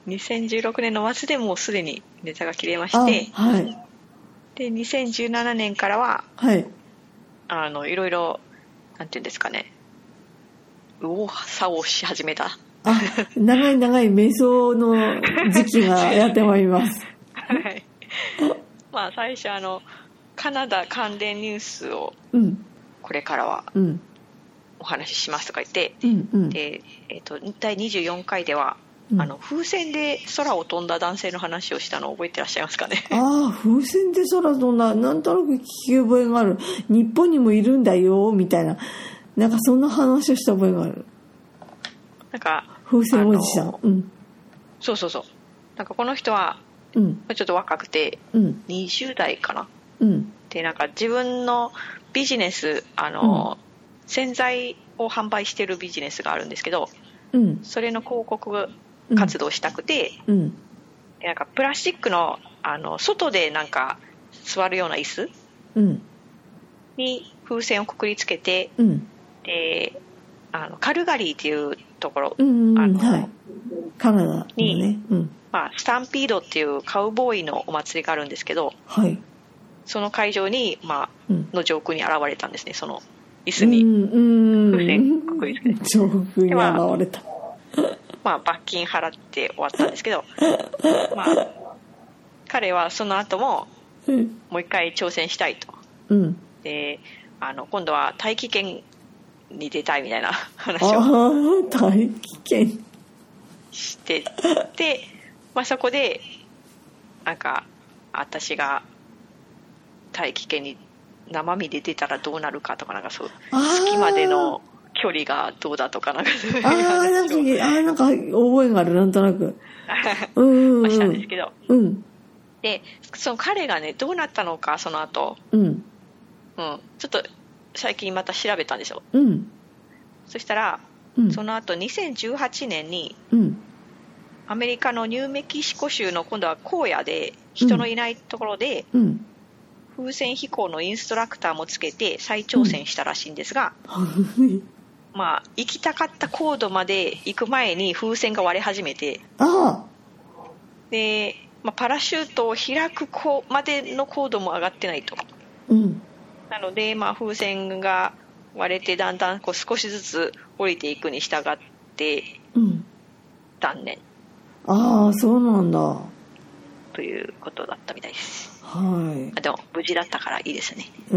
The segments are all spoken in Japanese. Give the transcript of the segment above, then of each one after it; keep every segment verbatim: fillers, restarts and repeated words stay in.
にせんじゅうろくねんの末でもうすでにネタが切れまして、 はい、 でにせんじゅうななねんからは、 はい、 あのいろいろなんていうんですかね、右往左往し始めた。 あ、長い長い瞑想の時期がやってまいります。 はい。まあ最初あのカナダ関連ニュースをこれからはお話ししますとか言って、 うんうん、で、 えーと、だいにじゅうよんかいでは、うん、あの風船で空を飛んだ男性の話をしたのを覚えてらっしゃいますかね。 ああ、風船で空飛んだ、なんとなく聞き覚えがある。日本にもいるんだよみたいな、なんかそんな話をした覚えがある。 なんか風船おじさん、うん、 そうそうそう。なんかこの人は、うん、ちょっと若くて、うん、にじゅう代かな、うん、でなんか自分のビジネス、あの、うん、洗剤を販売してるビジネスがあるんですけど、うん、それの広告活動したくて、うん、なんかプラスチック の, あの外でなんか座るような椅子、うん、に風船をくくりつけて、うん、であのカルガリーっていうところ、 うんうん、 あの、 はい、カナダのね、 に、うんまあ、スタンピードっていうカウボーイのお祭りがあるんですけど、 はい、 その会場に、まあうん、の上空に現れたんですね、その椅子に風船くくりつけて、 上空に現れた。 まあ、罰金払って終わったんですけど、まあ、彼はその後ももう一回挑戦したいと、うん、であの今度は大気圏に出たいみたいな話をあ大気圏してで、まあ、そこでなんか私が大気圏に生身で出たらどうなるかとか、なんかそう月までの距離がどうだとか、なんかそういう話をああなんか覚えがある、なんとなくうん、うん、 したんですけど、 うん、 でその彼がねどうなったのかその後、 うんうん、 ちょっと最近また調べたんですよ、 うん、 そしたら、うん、その後にせんじゅうはちねんに、うん、アメリカのニューメキシコ州の今度は荒野で人のいないところで、うん、風船飛行のインストラクターもつけて再挑戦したらしいんですが、うん、まあ行きたかった高度まで行く前に風船が割れ始めて、 あで、まあ、パラシュートを開くまでの高度も上がってないと、 うん、 なので、まあ、風船が割れてだんだんこう少しずつ降りていくに従って断念、 うん、ああそうなんだということだったみたいです。 はい。 でも無事だったからいいですね。 うん、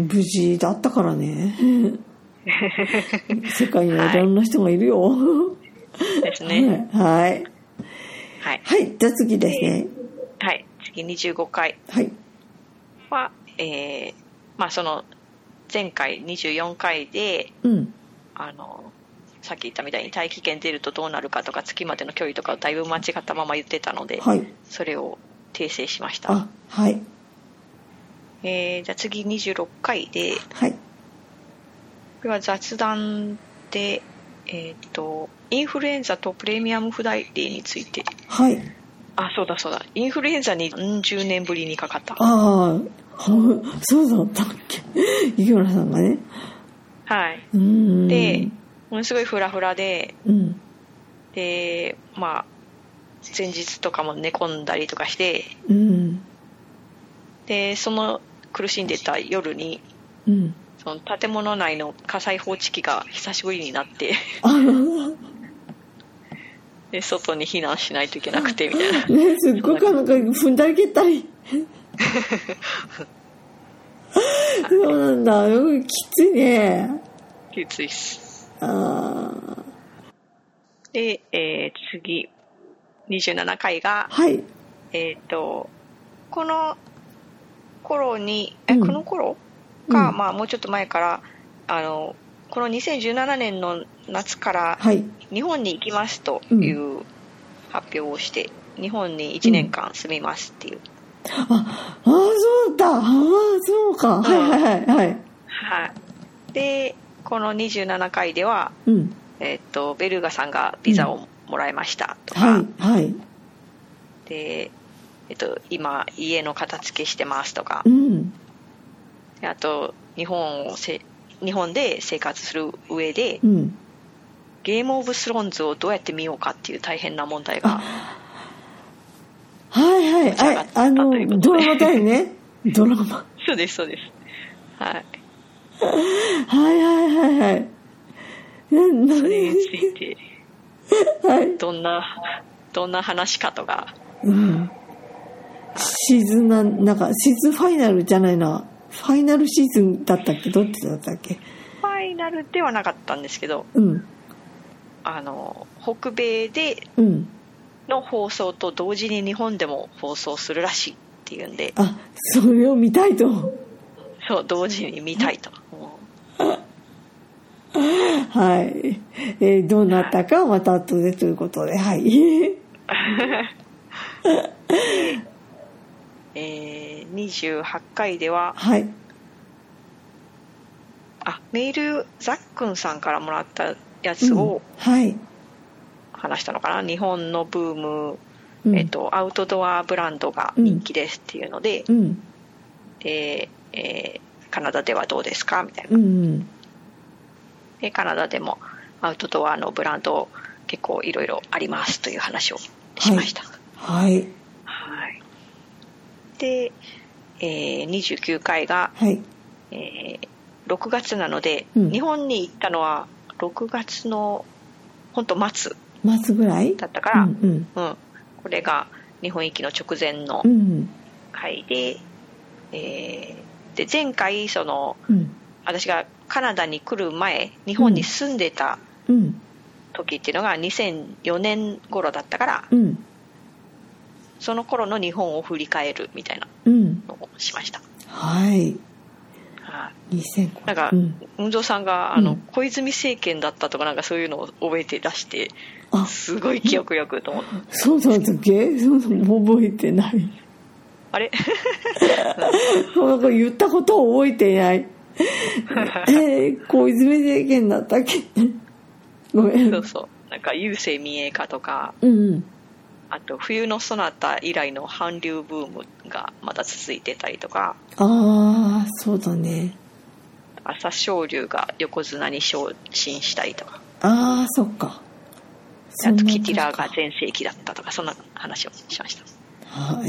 無事だったからね世界にはいろんな人がいるよ、はい、 ですね。 はい、 はい、 はい、じゃあ次ですね。 はい、次にじゅうごかいは、えー、まあその前回にじゅうよんかいで、うん、あのさっき言ったみたいに大気圏出るとどうなるかとか月までの距離とかをだいぶ間違ったまま言ってたので、はい、それを訂正しました。 あ、はい。 えー、じゃあ次にじゅうろっかいで、 はい、 これは雑談で、えー、とインフルエンザとプレミアムフライデーについて、 はい、 あ、そうだそうだ、インフルエンザにじゅうねんぶりにかかった。 ああ、そうだったっけ池村さんがね、 はい、うん、でものすごいフラフラで、うん、でまあ前日とかも寝込んだりとかして、うん、でその苦しんでた夜に、うん、その建物内の火災報知器が久しぶりになってで外に避難しないといけなくてみたいなね、すっごくなんか踏んだり蹴ったりそうなんだ、きついね。 きついっす。 あで、えー、次にじゅうななかいが、 はい、 えっとこの頃にえ、うん、この頃か、うん、まあもうちょっと前からあのこのにせんじゅうななねんの夏から日本に行きますという発表をして、うん、日本にいちねんかん住みますっていう、 うん、ああそうだ、ああそうか、うん、はいはいはいはい、 はい、でこのにじゅうななかいでは、うん、えっとベルガさんがビザをもらいましたとか、 うん、はいはい、 でえっと、今家の片付けしてますとか、 うん、 あと日本をせ日本で生活する上で、 うん、 ゲームオブスローンズをどうやって見ようかっていう大変な問題がはいはい。あ、あの、ドラマだよね。ドラマ。 そうです、そうです。はい。 はいはいはいはい。 それについて、 はい。 どんな、どんな話かとか。 うん。シーズンな、なんか、シーズンファイナルじゃないな。ファイナルシーズンだったっけ？どっちだったっけ？ ファイナルではなかったんですけど、 うん。 あの、北米で、うん。の放送と同時に日本でも放送するらしいっていうんで、 あ、それを見たいと。 そう、同時に見たいと。 はい、えー、どうなったかまた後でということで、はい。 えー、にじゅうはちかいでは、 はい、 あ、メールザックンさんからもらったやつを、 うん、はい。 話したのかな。日本のブーム、うん、えっと、アウトドアブランドが人気ですっていうので、うん、で、えー、カナダではどうですかみたいな、うん、でカナダでもアウトドアのブランド結構いろいろありますという話をしました。 はい、 はい、で、えー、にじゅうきゅうかいが、はい、えー、ろくがつなので、うん、日本に行ったのはろくがつの本当末末ぐらいだったから、うんうんうん、これが日本行きの直前の回で、うんえー、で前回その、うん、私がカナダに来る前日本に住んでた時っていうのがにせんよねん頃だったから、うん、その頃の日本を振り返るみたいなのをしました。 うん、はいにせんごなんか、うん、運蔵さんがあの、うん、小泉政権だったとかなんかそういうのを覚えて出してすごい記憶力と思って。 そうだったっけ？覚えてない。 あれなんか言ったことを覚えていない。えー、小泉政権だったっけ？ごめん。 そうそうなんか郵政民営化とか、 うんうん、 あと冬のそなた以来の韓流ブームがまだ続いてたりとか。 ああそうだね。 朝青龍が横綱に昇進したりとか。 ああそっか。 あとキティラーが全盛期だったとかそんな話をしました。 はい。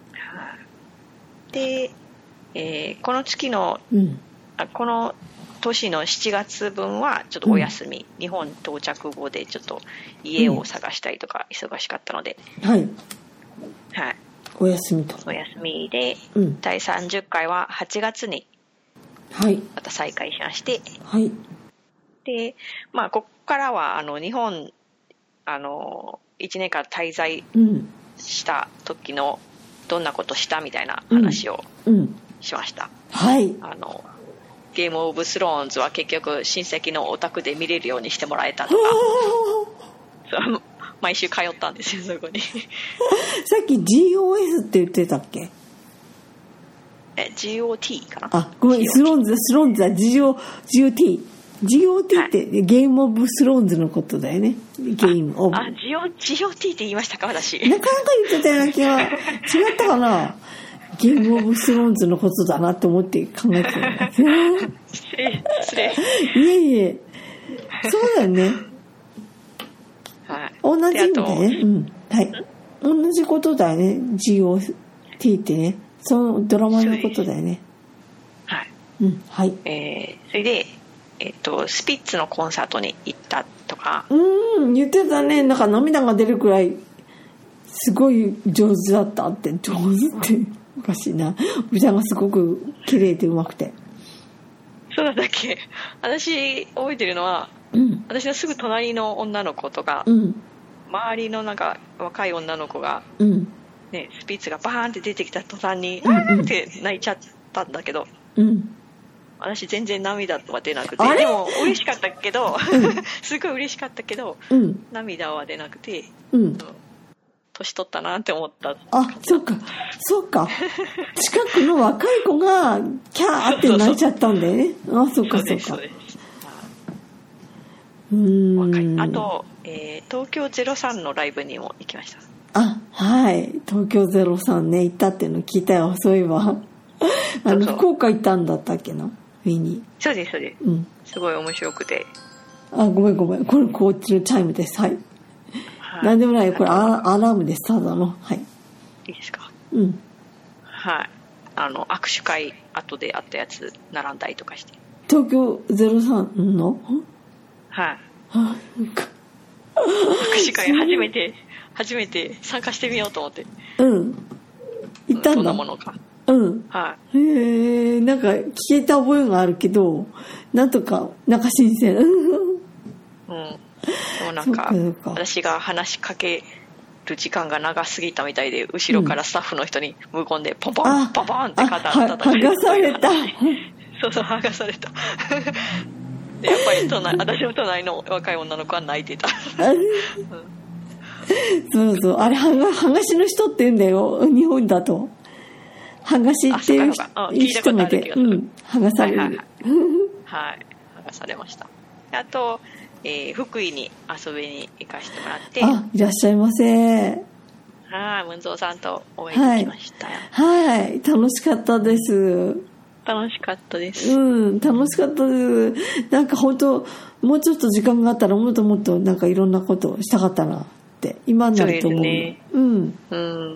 で、えー、この月の、うん、あこの年のしちがつぶんはちょっとお休み、うん、日本到着後でちょっと家を探したりとか忙しかったので、 うん、はい、 はい、 お休みとお休みで、うん、だいさんじゅっかいははちがつにまた再開しまして、 はい、 でまあここからはあの日本あのいちねんかん滞在した時のどんなことしたみたいな話をしました、 うんうん、はいあのゲームオブスローンズは結局親戚のお宅で見れるようにしてもらえたとかそう毎週通ったんですよそこにさっき ジーオーエス って言ってたっけ？ え ジーオーティー かなあごめんスローンズスローンズは ジーオーティージーオーティー って、はい、ゲームオブスローンズのことだよね。ゲームオブ。 あ、ジーオーティー って言いましたか私。 なかなか言ってたような気が違ったかな。ゲームオブスローンズのことだなって思って考えてたんですね。 失礼失礼。 いえいえ。そうだよね。 はい。 同じ意味でね。うん。はい。同じことだよね。ジーオーティー ってね。そのドラマのことだよね。 はい。 うん。はい。 えー、それで。えっと、スピッツのコンサートに行ったとかうん言ってたねなんか涙が出るくらいすごい上手だったって上手っておかしいな歌がすごく綺麗でうまくてそうだったっけ私覚えてるのは、うん、私のすぐ隣の女の子とか、うん、周りのなんか若い女の子が、うんね、スピッツがバーンって出てきた途端に、うん、あーって泣いちゃったんだけど、うん私全然涙は出なくてでも嬉しかったけど、うん、すごい嬉しかったけど、うん、涙は出なくて、うん、年取ったなって思った。 あ、そうかそうか近くの若い子がキャーって泣いちゃったんだよね。あ、そうかそうかそうです。 うーんあと、えー、東京ゼロさんのライブにも行きました。 あ、はい東京ゼロさんね行ったっていうの聞いたよ。そういえばあの福岡行ったんだったっけな上に。 そうですそうです、うん、すごい面白くて。 あごめんごめんこれこっちのチャイムです。はい、はい、なんでもないこれアラームですただの。はいいいですか。 うん。 はい。あの握手会後であったやつ並んだりとかして。 東京ゼロさんの？ はい。 あ、 握手会初めて初めて参加してみようと思って。 うん。行ったんだ。 どんなものか。 うん。 はい。 へえ、なんか聞けた覚えがあるけど、なんとかなんか新鮮。うん。 でもなんか私が話しかける時間が長すぎたみたいで、後ろからスタッフの人に無言でポンポンポンポンって肩たた剥がされた。 そうそう、剥がされた。でやっぱり隣私の隣の若い女の子は泣いてた。 そうそう、あれ剥が剥がしの人って言うんだよ、日本だと。剥がしっていう人がいて、うん、剥がされる。はい、はいはい、 剥がされました。あと、えー、福井に遊びに行かせてもらって。 あ、いらっしゃいませ。 はい、文蔵さんとお会いできましたよ。 はい、はい、楽しかったです。 楽しかったです。 うん、楽しかったです。なんか本当もうちょっと時間があったらもっともっとなんかいろんなことをしたかったなって今になると思う。そうですね。うん。うん。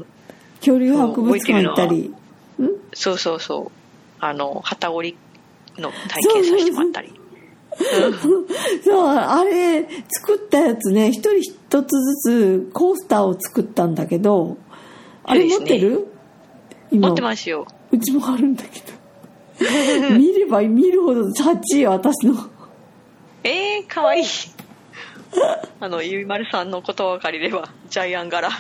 恐竜博物館行ったり。 うん。そうそうそう。あの旗織りの体験させてもらったり。 そう、あれ作ったやつね、一人一つずつコースターを作ったんだけど、あれ持ってる？ 今持ってますよ。 うちもあるんだけど。見れば見るほどチャッチーよ、私の。 えー、かわいい。あのゆいまるさんのことばかりではジャイアン柄。か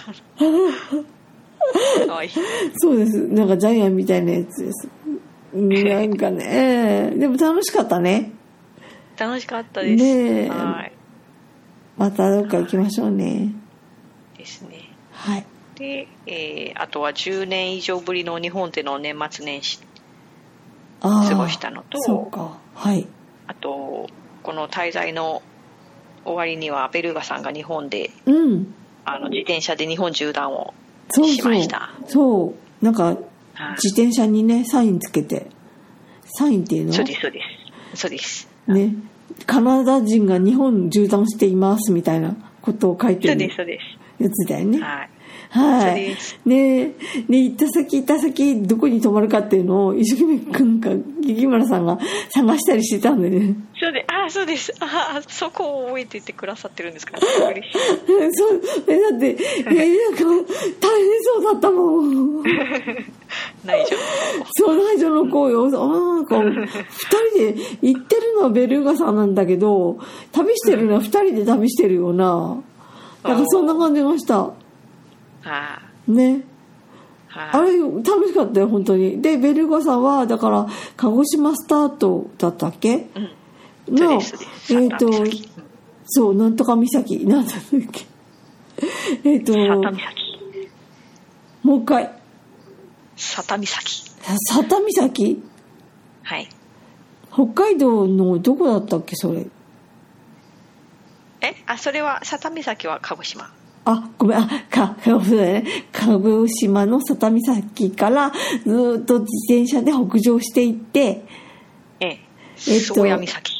わいい。 そうです、なんかジャイアンみたいなやつです。なんかね、でも楽しかったね。 楽しかったです。ね、はい。 またどっか行きましょうね。 ですね。 はい。 で、えー、あとはじゅうねん以上ぶりの日本での年末年始過ごしたのと、 そうか、はい。 あとこの滞在の終わりにはベルーガさんが日本で、 うん、 あの自転車で日本縦断をしました。 そうそう、そうなんか自転車にねサインつけて、サインっていうの？ そうですそうですそうですね。カナダ人が日本縦断していますみたいなことを書いてるやつだよね。 はい。 はい。ねね、行った先行った先どこに泊まるかっていうのを一生懸命なんか劇村さんが探したりしてたんでね。 そうで、あ、そうです。あ、そこを覚えていてくださってるんですか。嬉しい。 そう、えだってえなんか大変そうだったもん。 内助。 そう、内助の子よ。あ、なんか二人で行ってるのはベルーガさんなんだけど、旅してるのは二人で旅してるような。なんかそんな感じがした。 はあ、ね、 はあ、あれ楽しかったよ本当に。でベルガさんはだから鹿児島スタートだったっけ、 うん、のえっ、 ー、とそうなんとか岬なんだっけえっ、ー、と佐多岬、 もう一回佐多岬佐多岬、 はい、 北海道のどこだったっけそれ。 えあそれは佐多岬は鹿児島。 あ、ごめん、あ、か、そうだね。鹿児島の佐多岬からずっと自転車で北上していって、 ええ、えっと、宗谷岬。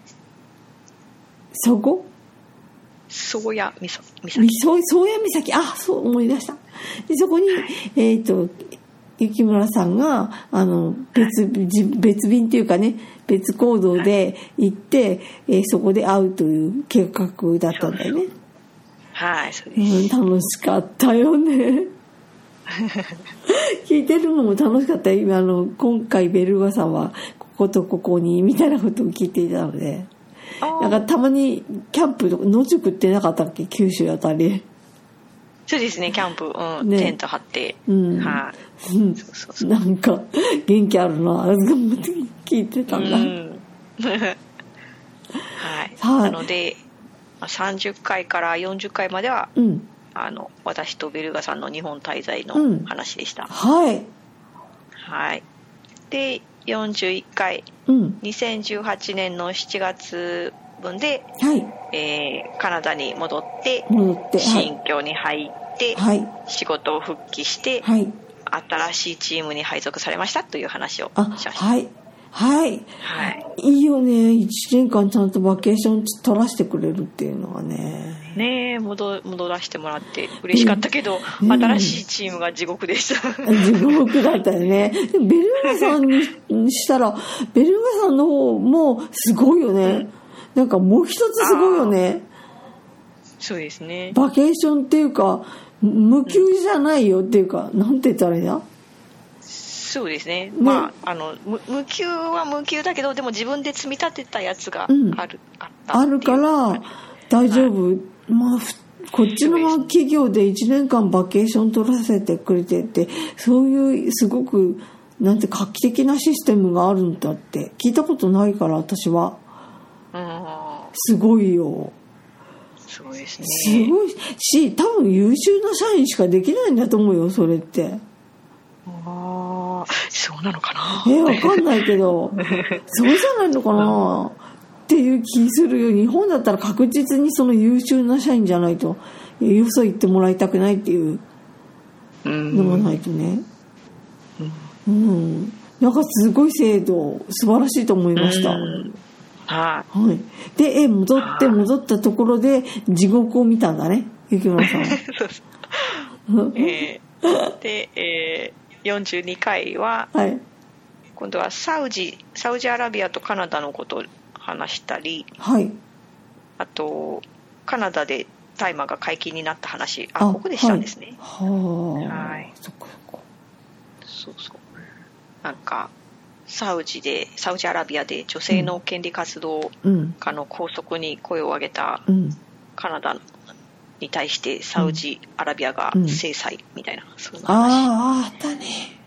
そこ？ 宗谷岬。 宗谷岬、あ、そう思い出した。でそこに、はい、えっと、雪村さんが、あの、別、別便っていうかね、別行動で行って、はい、えー、そこで会うという計画だったんだよね。 はい、そうです、 うん、楽しかったよね。聞いてるのも楽しかったよ。今あの今回ベルガさんはこことここにみたいなことを聞いていたので、なんかたまにキャンプとか野宿ってなかったっけ、九州あたり。 そうですね、キャンプ、うんね、テント張って、 うん、はい、うん、そうそうそう、なんか元気あるな頑張って聞いてたんだ。うん、 はい、はい、なのでさんじゅっかいからよんじゅっかいまでは、うん、あの私とベルガさんの日本滞在の話でした、うん、 はいはい。でよんじゅういっかい、うん、にせんじゅうはちねんのしちがつぶんで、はい、えー、カナダに戻って戻って新居に入って、はい、仕事を復帰して、はい、新しいチームに配属されましたという話をしました。 はいはい、はい、いいよね。いちねんかんちゃんとバケーション取らせてくれるっていうのはね。 ねえ、戻戻らせてもらって嬉しかったけど、うん、新しいチームが地獄でした。 地獄だったよね。でもベルーガさんにしたらベルーガさんの方もすごいよね、うん、なんかもう一つすごいよね。 そうですね。 バケーションっていうか無給じゃないよっていうか、うん、なんて言ったらいいんだ。 そうですね。ね、まああの無給は無給だけど、でも自分で積み立てたやつがある、うん、あったあるから大丈夫。はい、まあこっちの企業でいちねんかんバケーション取らせてくれてって、そういうすごくなんて画期的なシステムがあるんだって聞いたことないから、私は。うん、すごいよ。 すごいですね。 すごいし、多分優秀な社員しかできないんだと思うよ、それって。 ああ、そうなのかな。 え、わかんないけどそうじゃないのかなっていう気するよ。日本だったら確実にその優秀な社員じゃないとよそ行ってもらいたくないっていうのがないとね。うん、うん、なんかすごい制度素晴らしいと思いました。はい。で、え戻って戻ったところで地獄を見たんだね、雪村さんは。 そうえー、で、えー、よんじゅうにかいは、はい、今度はサウジサウジアラビアとカナダのことを話したり、はい、あとカナダで大麻が解禁になった話、ああここでしたんですね。はい、はい、そっかそっか。そうそう。なんかサウジでサウジアラビアで女性の権利活動家の拘束に声を上げたカナダに対してサウジアラビアが制裁みたいな、うん、そんな話。 あああったね。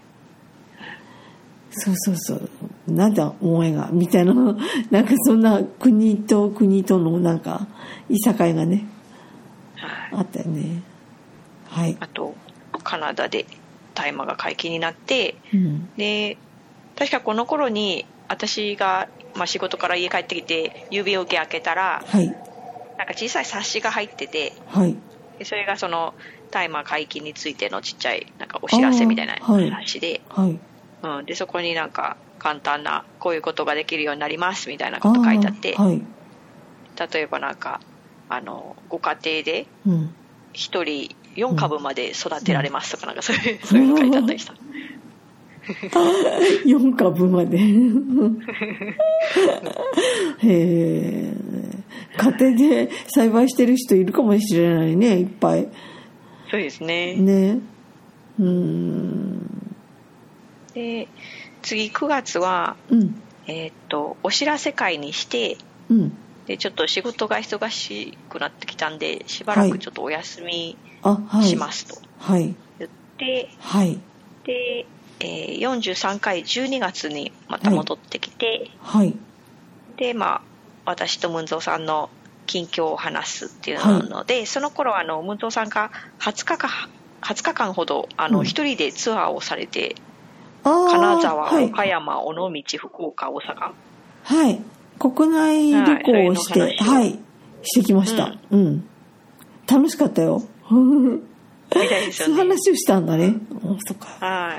そうそうそう、なんだお前がみたいな、なんかそんな国と国とのなんかいさかいがね、はい、あったよね。はい。 あとカナダで大麻が解禁になって、うん、で確かこの頃に私が、まあ、仕事から家帰ってきて郵便受け開けたら、はい、なんか小さい冊子が入ってて、はい、でそれがその大麻解禁についてのちっちゃいなんかお知らせみたいな話で、はいはい、うん、でそこになんか簡単なこういうことができるようになりますみたいなこと書いてあって、はい、例えばなんかあのご家庭でひとりよんかぶまで育てられますとか、なんかそういう、そういうの書いてあったりしたよんかぶまでへえ、家庭で栽培してる人いるかもしれないね、いっぱい。 そうですね。 ね、うーん。 で次くがつは、うん、えー、っとお知らせ会にして、うん、でちょっと仕事が忙しくなってきたんでしばらくちょっとお休みしますと言って、はい、で、えー、よんじゅうさんかいじゅうにがつにまた戻ってきて、はいはい、でまあ私とムンゾーさんの近況を話すっていうので、はい、その頃あのムンゾーさんがはつかかんはつかかんほどあの、うん、一人でツアーをされて、金沢、はい、岡山、尾道、福岡、大阪、 はい、国内旅行をして、はい、はい、してきました、うん、うん、楽しかったよみたいですよね。 そういう話をしたんだね。そっか。 はい。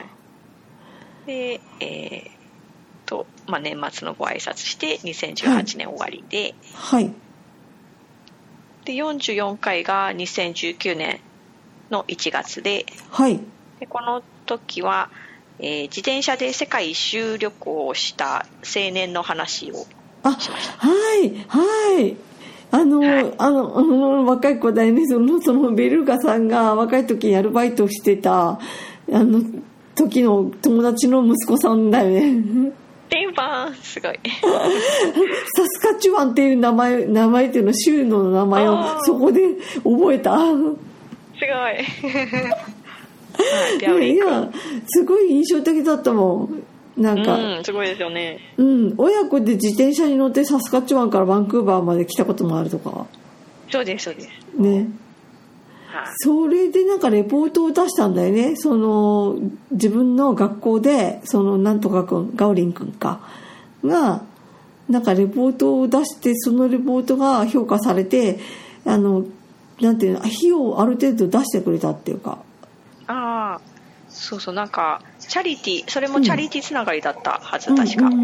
で、えー、と、まあ、年末のご挨拶してにせんじゅうはちねん終わりで、はい。で、よんじゅうよんかいがにせんじゅうきゅうねんのいちがつで、はい。で、この時は、えー、自転車で世界一周旅行をした青年の話をしました。 あ、はいはいあの、はい、あのあの若い子だよね。そのそのベルガさんが若い時にアルバイトをしてたあの時の友達の息子さんだよね。 ピンパンすごいサスカチュワンっていう名前名前っていうの州の名前をそこで覚えた。すごいいやすごい印象的だったもん。なんか、 うん、すごいですよね。 うん、親子で自転車に乗ってサスカチュワンからバンクーバーまで来たこともあるとか。 そうですそうですね。はあ、それでなんかレポートを出したんだよね。その自分の学校でそのなんとかくんガオリンくんかがなんかレポートを出して、そのレポートが評価されて、あのなんていうの費用をある程度出してくれたっていうか。 ああ。 そうそう、なんかチャリティー、それもチャリティーつながりだったはず、うん、確か、うん、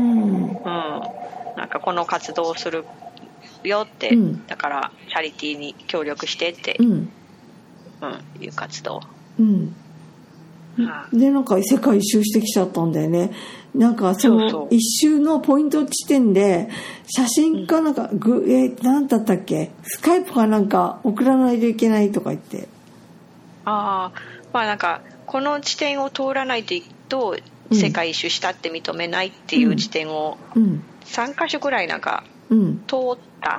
うん、なんかこの活動をするよって、うん、だからチャリティーに協力してって、うん、うん、いう活動、うん、 でなんか世界一周してきちゃったんだよね。なんかその一周のポイント地点で写真かなんか、うん、グえー、なんだったっけ、スカイプかなんか送らないといけないとか言って、 ああ、まあなんかこの地点を通らないと世界一周したって認めないっていう地点をさんかしょくらいなんか通った、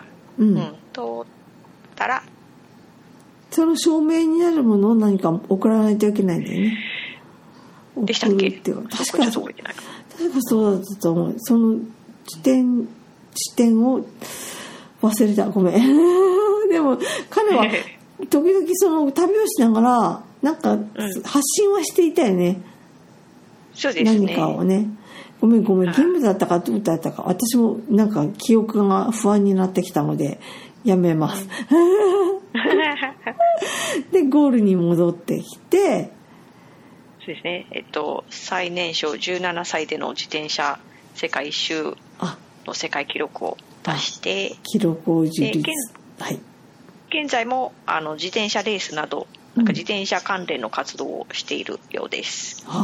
うんうん、通ったらその証明になるものを何か送らないといけないんだよね。 でしたっけ？確か確かそうだったと思う。その地点地点を忘れた、ごめんでも彼は時々その旅をしながらなんか発信はしていたよね、うん、 そうですね、 何かをね。ごめんごめん、義務だったかどうだったか私もなんか記憶が不安になってきたのでやめます、うん、でゴールに戻ってきて、 そうですね、えっと最年少じゅうななさいでの自転車世界一周の世界記録を出して記録を樹立、はい、 現在もあの自転車レースなどなんか自転車関連の活動をしているようです。 うん、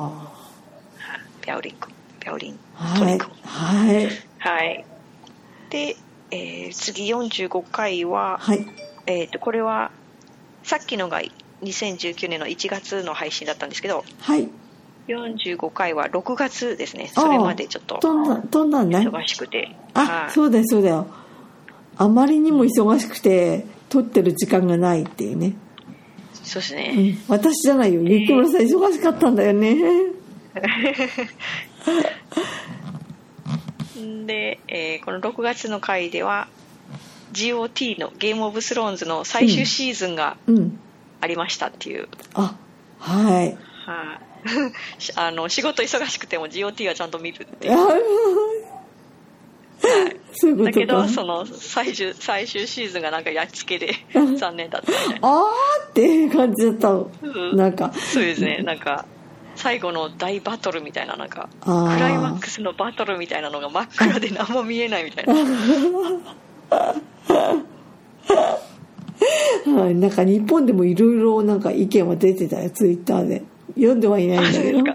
あピャオリン君、ピャオリントリ君、 はい、 はい、で、えー、次よんじゅうごかいは、 はい、 えー、とこれはさっきのがにせんじゅうきゅうねんのいちがつの配信だったんですけど、 はい、 よんじゅうごかいはろくがつですね。それまでちょっと飛んだ飛んだね、 忙しくて、 あ、はい、そうだよそうだよ、あまりにも忙しくて撮ってる時間がないっていうね。 そうですね、 うん、私じゃないよ、雪村さん忙しかったんだよねで、えー、このろくがつの回では ジーオーティー のゲームオブスローンズの最終シーズンがありましたっていう、うんうん、 あ、はい、 はあ、あの仕事忙しくても ジーオーティー はちゃんと見るっていうはい、そういうことか。だけどその最終最終シーズンがなんかやっつけで残念だったみたいなあーっていう感じだったの、うん、なんかそうですね、なんか最後の大バトルみたいな、なんかクライマックスのバトルみたいなのが真っ暗で何も見えないみたいなはい、なんか日本でもいろいろなんか意見は出てたよ、ツイッターで。読んではいないんだけど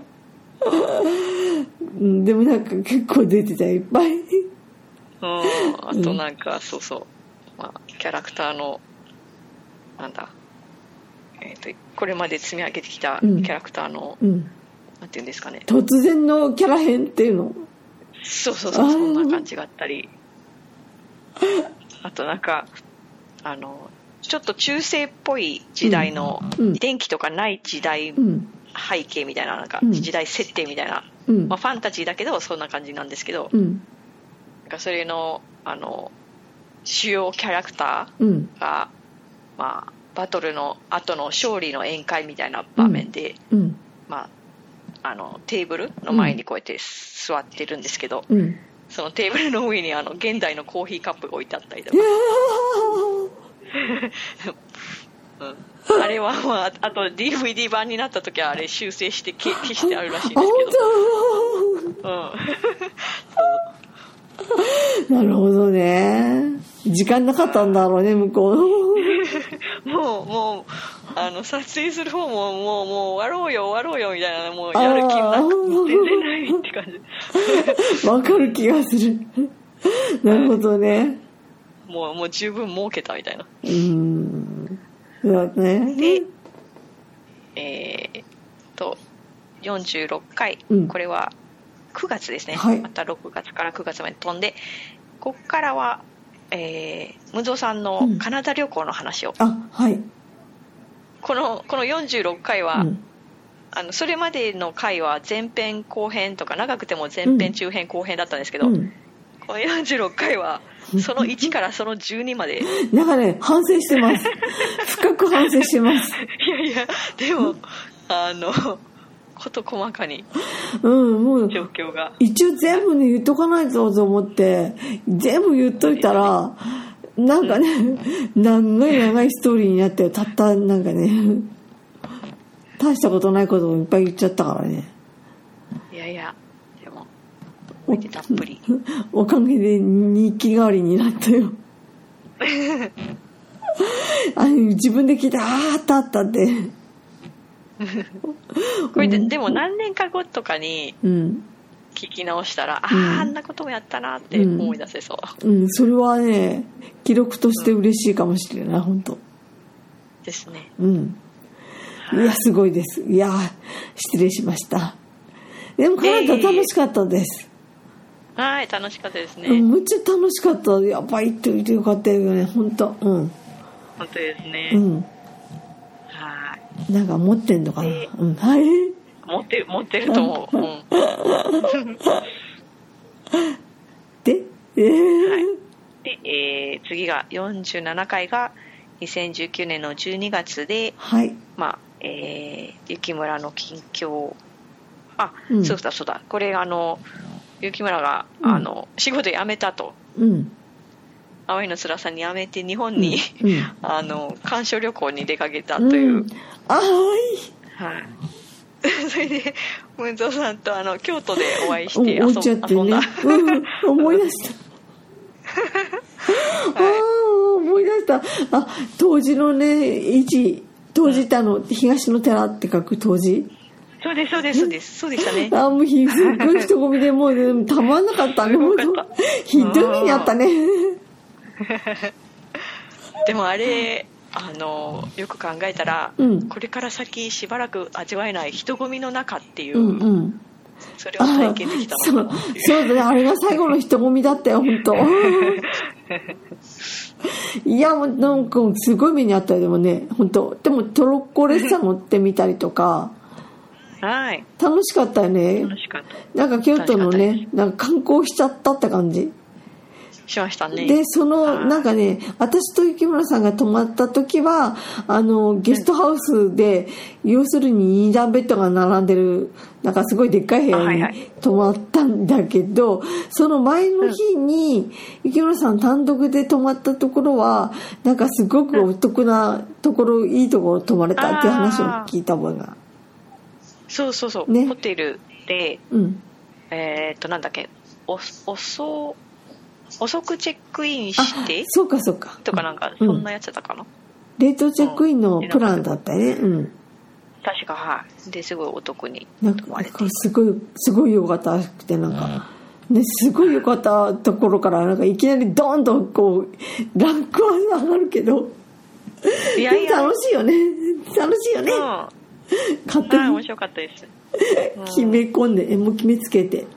でもなんか結構出てたよ、いっぱいうん、あとなんか、うん、そうそう、まあ、キャラクターのなんだ、えー、とこれまで積み上げてきたキャラクターの、うん、なんていうんですかね、 突然のキャラ変っていうの、 そうそうそう、そんな感じがあったり、あとなんかあのちょっと中世っぽい時代の、うん、電気とかない時代背景みたいな、なんか時代設定みたいな、うんまあ、ファンタジーだけどそんな感じなんですけど、うんなんかそれの、あの主要キャラクターが、うんまあ、バトルの後の勝利の宴会みたいな場面で、うんうんまあ、あのテーブルの前にこうやって座ってるんですけど、うん、そのテーブルの上にあの現代のコーヒーカップが置いてあったりとかうん、あれは、まあ、あと ディーブイディー 版になった時はあれ修正して消してあるらしいんですけど、 うん、なるほどね。時間なかったんだろうね、向こうもうもうあの撮影する方ももうもう終わろうよ終わろうよみたいな、もうやる気なく全然ないって感じわかる気がするなるほどね、 もうもう十分儲けたみたいな。 うーんそうだね。 でえー、っとよんじゅうろっかい、うん、これはくがつですね、はい、またろくがつからくがつまで飛んで、ここからは、えー、無造さんのカナダ旅行の話を、 うん、あはいこのこのよんじゅうろっかいは、うん、あのそれまでの回は前編後編とか長くても前編中編後編だったんですけど、うん、このよんじゅうろっかいはそのいちからそのじゅうにまでなんかね反省してます深く反省してますいやいやでもあのこと細かにうんもう状況が一応全部ね言っとかないとと思って全部言っといたらなんかね、うん、長い長いストーリーになってたったなんかねた大したことないことをいっぱい言っちゃったからね。 いやいや、でも思い出たっぷり。 おかげで日記代わりになったよ。あの自分で聞いて、あーあったあったって。 これで、でも何年か後とかに聞き直したら、うん、あああんなこともやったなって思い出せそう。 うん、うん、それはね記録として嬉しいかもしれない、うん、本当。 ですね。 うん。いやすごいです。いや失礼しました。でもカナダ楽しかったです。 えー、はい楽しかったですね。 めっちゃ楽しかった。やっぱり行ってみてよかったよね本当。うん。 本当ですね。 うん。 はい。 なんか持ってんのかな。 えー、 うん。はい。 持ってる持ってると思う。うん、 で、えーはい、で、えー、次がよんじゅうななかいがにせんじゅうきゅうねんのじゅうにがつで、 はい。 まあえー、雪村の近況。あ、 うん、 そうだそうだ。これあの雪村が、うん、あの仕事辞めたと。 うん。 青いのつらさんに辞めて日本に、うんうん、あの鑑賞旅行に出かけたという、 うん、あーい、はい、それで文蔵さんとあの京都でお会いして遊んだ、 ね、うん、思い出した、はい、あ思い出した。あ当時のね位置当時ってあの東の寺って書く当時、 そうですそうですそうですそうでしたね。 あもうすっごい人混みでもう、ね、たまんなかったね。もうひどい目にあったね。 でもあれあのよく考えたら、うん、これから先しばらく味わえない人混みの中っていう、うんうん、それを体験できたのかなっていう。 そうだね、あれが最後の人混みだったよ本当。いやもうなんかすごい目にあったよ。でもね本当でもトロッコ列車乗ってみたりとかはい、 楽しかったよね。 楽しかった。 なんか京都のねなんか観光しちゃったって感じしましたね。 でそのなんかね私と雪村さんが泊まった時はあのゲストハウスで、うん、要するににだんベッドが並んでるなんかすごいでっかい部屋に泊まったんだけど、はいはい、その前の日に雪村さん単独で泊まったところはなんかすごくお得なところ、うん、いいところ泊まれたっていう話を聞いた覚えが。 そうそうそう、ね、ホテルで、 うん、 えー、っとなんだっけおおそ遅くチェックインしてそうかそうかとかなんかそんなやつだかな、うん、 冷凍チェックインのプランだったね。うん、 確かはいですごいお得に泊まれてすごいすごい良かったらしくてなんか、ね、すごい良かったところからなんかいきなりドーンとこうランクは上がるけどいやいや楽しいよね楽しいよね、うん、勝手に、 はい、面白かったです、 うん、決め込んでえもう決めつけて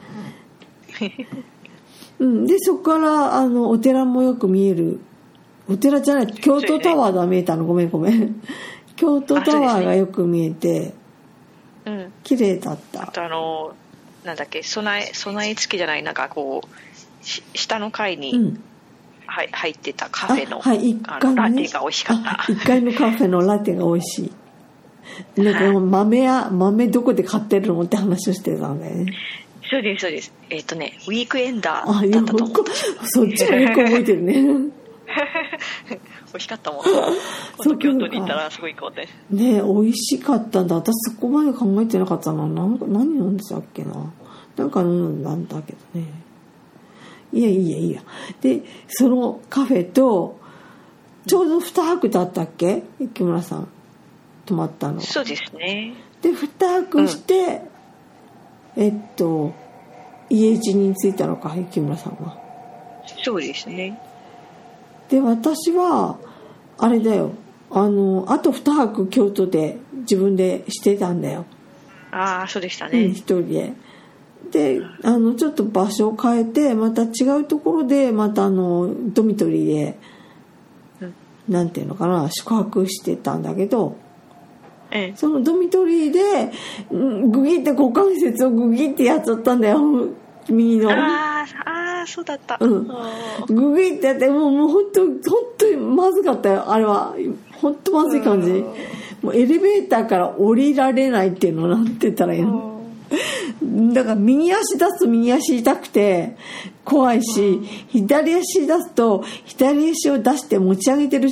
うん、でそこからあのお寺もよく見える。お寺じゃない京都タワーが見えたの。ごめんごめん京都タワーがよく見えて、うん、綺麗だった。 あとあのなんだっけ備え備え付けじゃないなんかこうし下の階に、うんはい、入ってたカフェの、 はい、 あのラテが美味しかった。 いっかいのカフェのラテが美味しい。なんか豆や豆どこで買ってるのって話をしてたんだよね。 そうですそうです。えっ、ー、とねウィークエンダーだったと思う。 そっちもよく覚えてるね。美味しかったもん。今度京都に行ったらすごい行こうって。 ね美味しかったんだ。私そこまで考えてなかったな。なんか何飲んでたっけな。なんか飲んだんだけどね。いやいいやいいや。でそのカフェとちょうどに泊だったっけ雪村さん泊まったの。 そうですね。 でに泊して。うんえっと家路に着いたのか雪村さんは。 そうですね。 で私はあれだよあのあとに泊京都で自分でしてたんだよ。 ああそうでしたね、 うん、一人で。であのちょっと場所を変えてまた違うところでまたあのドミトリーで、うん、なんていうのかな宿泊してたんだけど。ええ、そのドミトリーでグギって股関節をグギってやっちゃったんだよ右の。 ああそうだった、 うん、グギってやってもうもう本当本当にまずかったよあれは。本当まずい感じ。もうエレベーターから降りられないっていうのなんて言ったらいいの。だから右足出すと右足痛くて怖いし左足出すと左足を出して持ち上げてる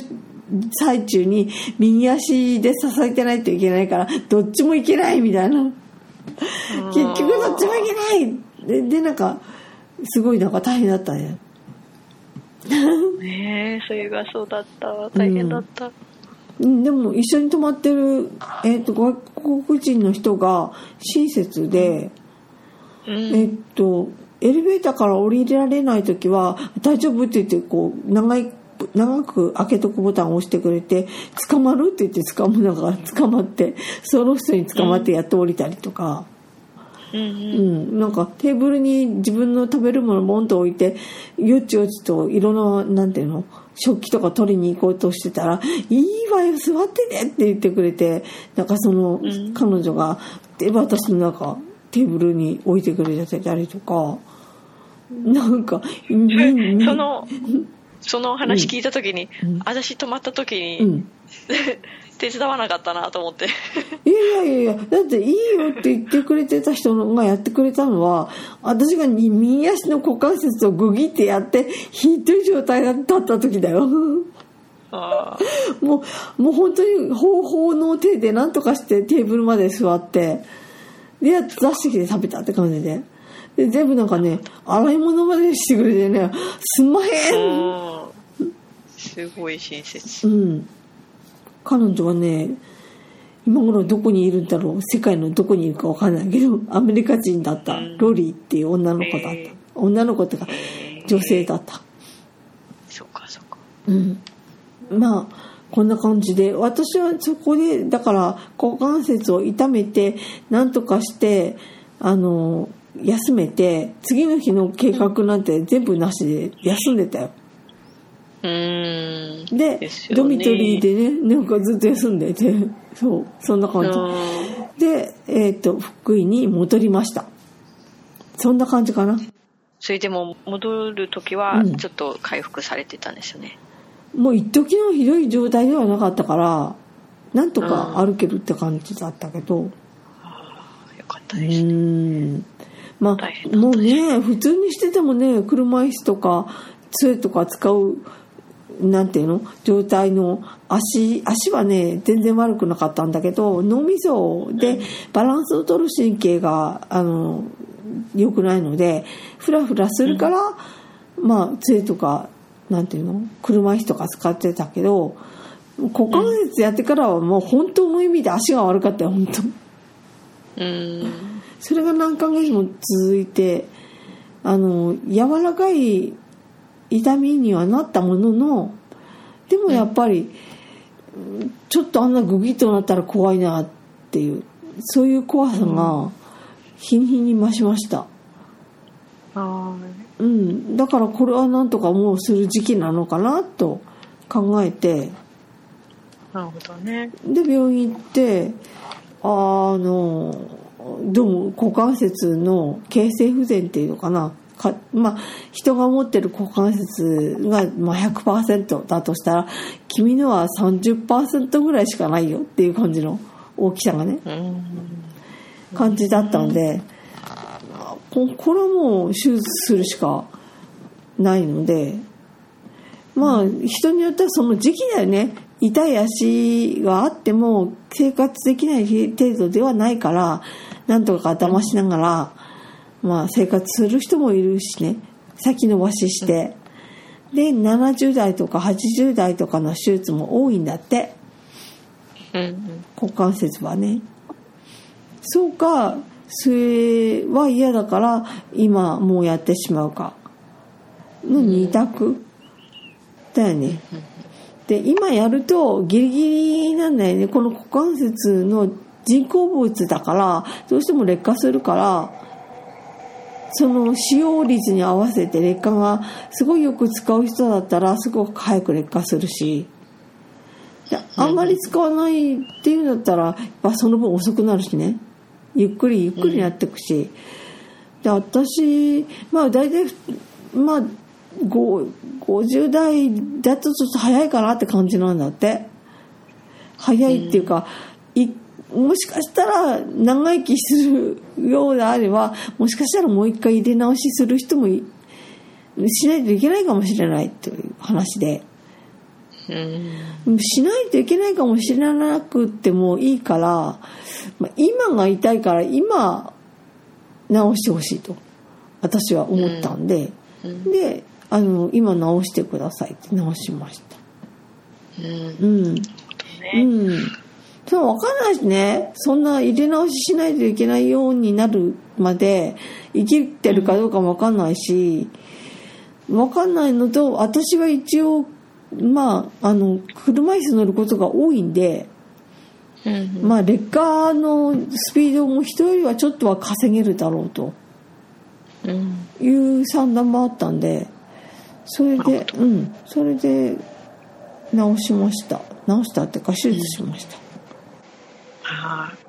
最中に右足で支えてないといけないからどっちもいけないみたいな、結局どっちもいけないで、でなんかすごいなんか大変だったね。 ねえ、それがそうだった、大変だった、 うん、でも一緒に泊まってる、えー、と外国人の人が親切で、うん、えっとエレベーターから降りられないときは大丈夫って言ってこう長い長く開けとくボタンを押してくれて、捕まるって言って捕まるのが捕まってその人に捕まってやっと降りたりとか、うんうん、なんかテーブルに自分の食べるものボンと置いてよちよちと色のなんていうの食器とか取りに行こうとしてたら、いいわよ座ってねって言ってくれて、なんかその彼女がで私の中テーブルに置いてくれてたりとか、なんかそのその話聞いた時に、うん、私泊まった時に、うん、手伝わなかったなと思っていやいやいや、だっていいよって言ってくれてた人がやってくれたのは、私が右足の股関節をグギってやって引いてる状態だった時だよあもうもう本当に方法の手で何とかしてテーブルまで座ってでやっと出してきて食べたって感じで、で全部なんかね洗い物までしてくれてね、すんまへん、 すごい親切。 うん、彼女はね今頃どこにいるんだろう、世界のどこにいるか分かんないけどアメリカ人だった、うん、ロリーっていう女の子だった、えー、女の子っていうか女性だった、 えー、そっかそっか、 うん、まあこんな感じで私はそこでだから股関節を痛めてなんとかしてあの休めて次の日の計画なんて全部なしで休んでたよ。 うーんで, でドミトリーでねなんかずっと休んでて、そうそんな感じで、えー、と福井に戻りました。そんな感じかな。 それでも戻る時はちょっと回復されてたんですよね、 うん、もう一時のひどい状態ではなかったからなんとか歩けるって感じだったけど、うん、よかったですね。 うんまあ、もうね普通にしててもね車椅子とか杖とか使うなんていうの状態の足足はね全然悪くなかったんだけど、脳みそでバランスを取る神経があの良くないのでフラフラするから、うん、まあ杖とかなんていうの車椅子とか使ってたけど、股関節やってからはもう本当の意味で足が悪かったよ本当。うんそれが何ヶ月も続いてあの柔らかい痛みにはなったものの、でもやっぱり、うん、ちょっとあんなグギッとなったら怖いなっていうそういう怖さが日に日に増しました、うんうん、だからこれはなんとかもうする時期なのかなと考えて、 なるほどね。 で病院行ってあのどうも股関節の形成不全っていうのかなか、まあ、人が持ってる股関節がまあ ひゃくパーセント だとしたら君のは さんじゅっパーセント ぐらいしかないよっていう感じの大きさがね感じだったので、こ, これはもう手術するしかないので、まあ人によってはその時期だよね。痛い足があっても生活できない程度ではないからなんとか頭しながら、まあ、生活する人もいるしね、先延ばししてでななじゅう代とかはちじゅう代とかの手術も多いんだって、うんうん、股関節はね。そうかそれは嫌だから今もうやってしまうかのに択だよね。で今やるとギリギリなんだよね。この股関節の人工物だからどうしても劣化するから、その使用率に合わせて劣化がすごいよく使う人だったらすごく早く劣化するし、あんまり使わないっていうんだったらやっぱその分遅くなるしね、ゆっくりゆっくりやっていくし、で私まあ大体まあごじゅう代だとちょっと早いかなって感じなんだって。早いっていうか、うん、いもしかしたら長生きするようであればもしかしたらもう一回入れ直しする人もしないといけないかもしれないという話で、 うん、しないといけないかもしれなくてもいいから、まあ、今が痛いから今治してほしいと私は思ったんで、うん、であの今治してくださいって治しました。うん、うん、ね、うん、そう分かんないしね、そんな入れ直ししないといけないようになるまで生きてるかどうかも分かんないし、分かんないのと、私は一応まああの車椅子乗ることが多いんで、うんうん、まあ劣化のスピードも人よりはちょっとは稼げるだろうという算段もあったんで、それでうんそれで直しました直したっていうか手術しました。 うん、ああ